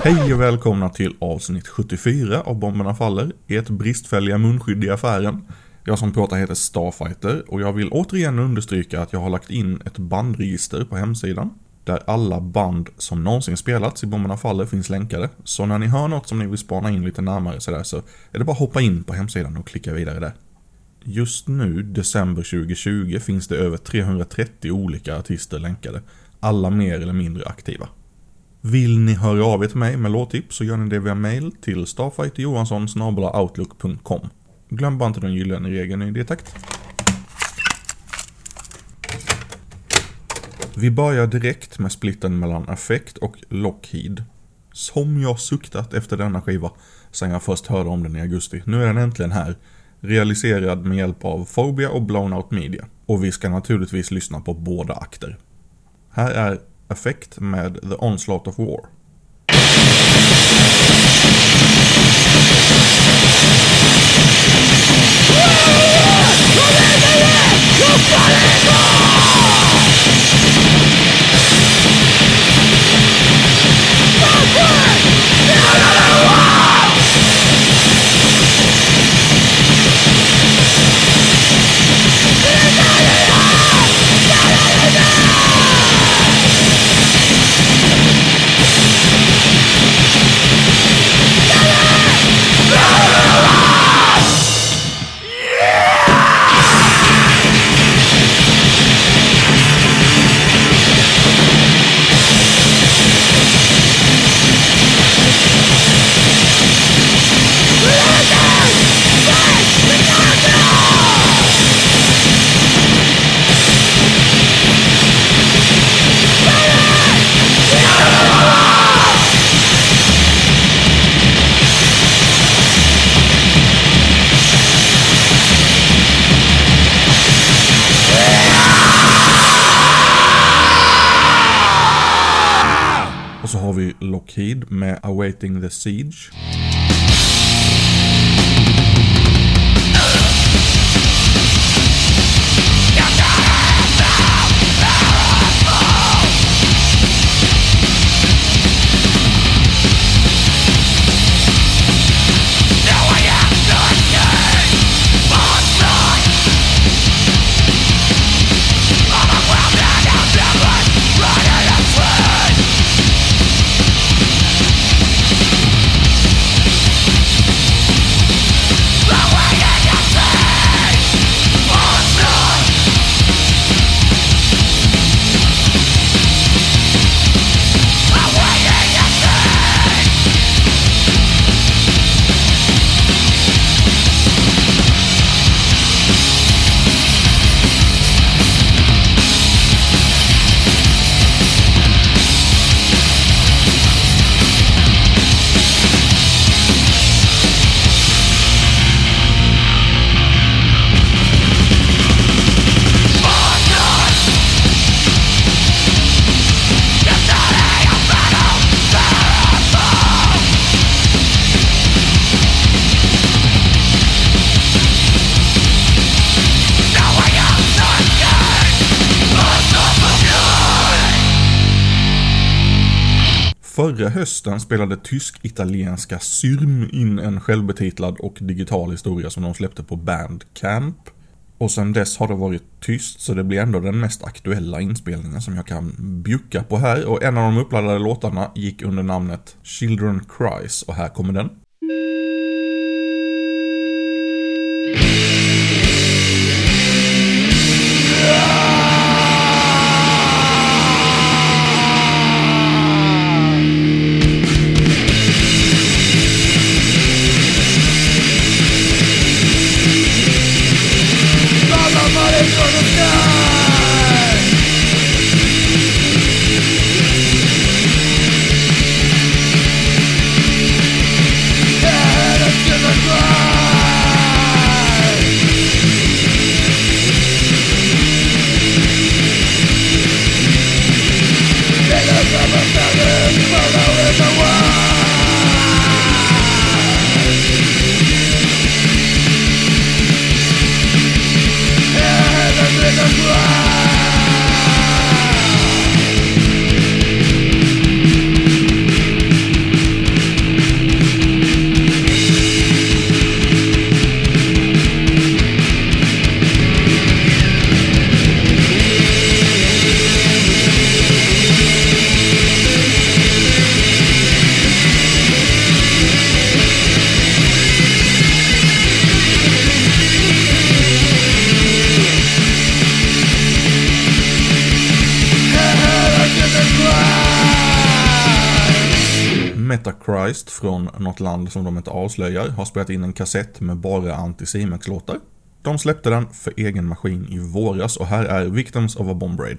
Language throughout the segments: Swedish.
Hej och välkomna till avsnitt 74 av Bomberna Faller, ert bristfälliga munskydd i affären. Jag som pratar heter Starfighter och jag vill återigen understryka att jag har lagt in ett bandregister på hemsidan där alla band som någonsin spelats i Bomberna Faller finns länkade. Så när ni hör något som ni vill spana in lite närmare så är det bara att hoppa in på hemsidan och klicka vidare där. Just nu, december 2020, finns det över 330 olika artister länkade, alla mer eller mindre aktiva. Vill ni höra av er till mig med låttips så gör ni det via mail till starfighterjohansson@outlook.com. Glöm bara inte den gyllene regeln i det takt. Vi börjar direkt med splitten mellan Affect och Lockheed. Som jag suktat efter denna skiva sen jag först hörde om den i augusti. Nu är den äntligen här, realiserad med hjälp av Phobia och Blown Out Media. Och vi ska naturligtvis lyssna på båda akter. Här är Affect med The Onslaught of War. Och så har vi Lockheed med Awaiting the Siege. Förra hösten spelade tysk-italienska Syrm in en självbetitlad och digital historia som de släppte på Bandcamp. Och sen dess har det varit tyst, så det blir ändå den mest aktuella inspelningen som jag kan bjucka på här. Och en av de uppladdade låtarna gick under namnet Children Cries, och här kommer den. Yeah! Metachrist från något land som de inte avslöjar har spelat in en kassett med bara Anticimex-låtar. De släppte den för egen maskin i våras och här är Victims of a Bomb Raid.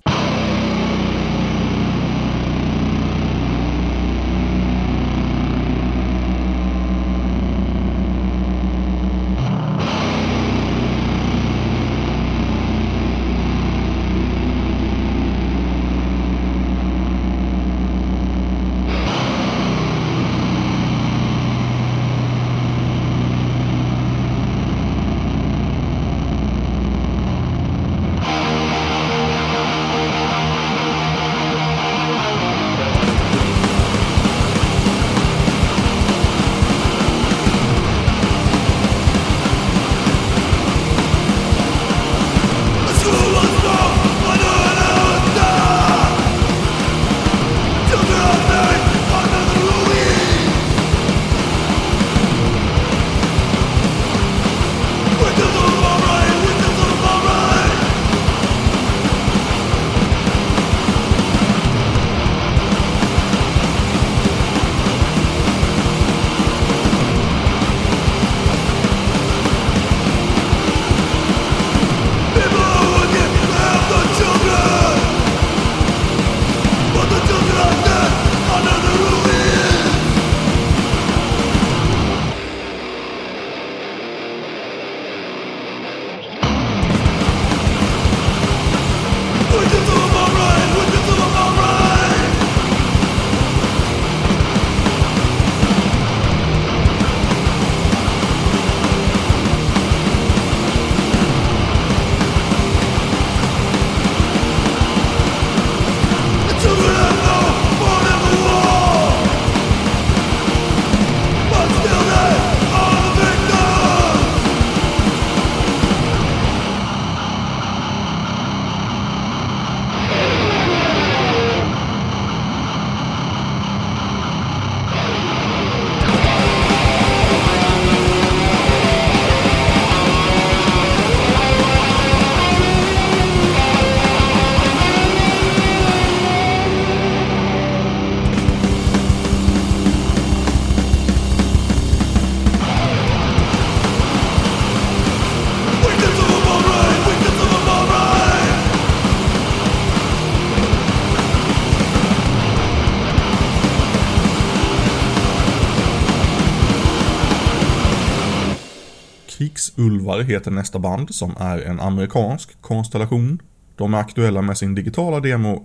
Krigsulvar heter nästa band som är en amerikansk konstellation. De är aktuella med sin digitala demo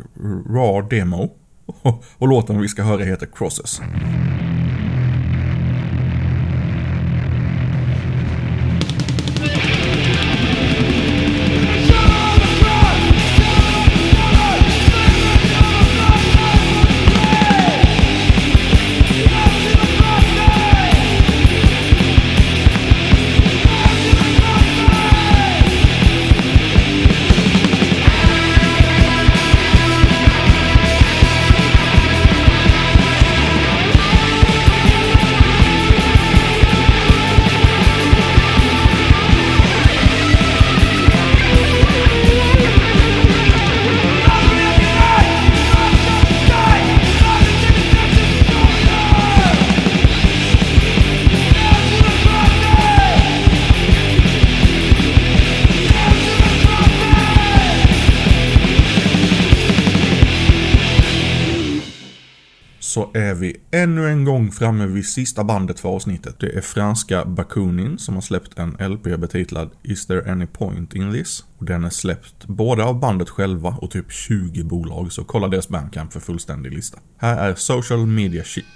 Raw Demo och låten vi ska höra heter Crosses. Så är vi ännu en gång framme vid sista bandet för avsnittet. Det är franska Bakunin som har släppt en LP betitlad Is There Any Point In This? Och den är släppt både av bandet själva och typ 20 bolag, så kolla deras Bandcamp för fullständig lista. Här är Social Media Shit.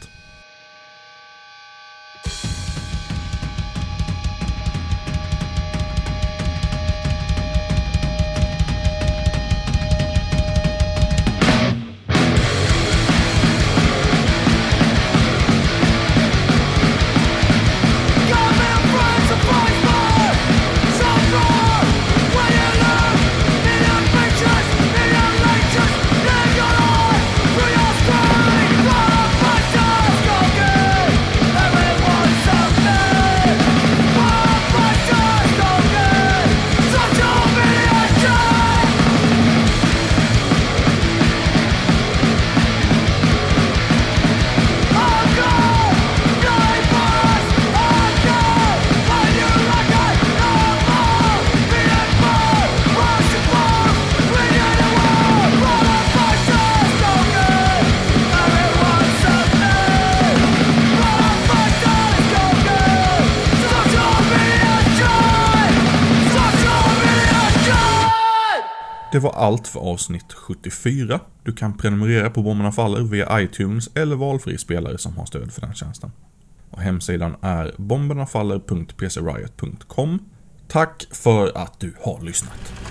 Everyone's Det var allt för avsnitt 74. Du kan prenumerera på Bomberna Faller via iTunes eller valfri spelare som har stöd för den tjänsten. Och hemsidan är bombernafaller.pcriot.com. Tack för att du har lyssnat.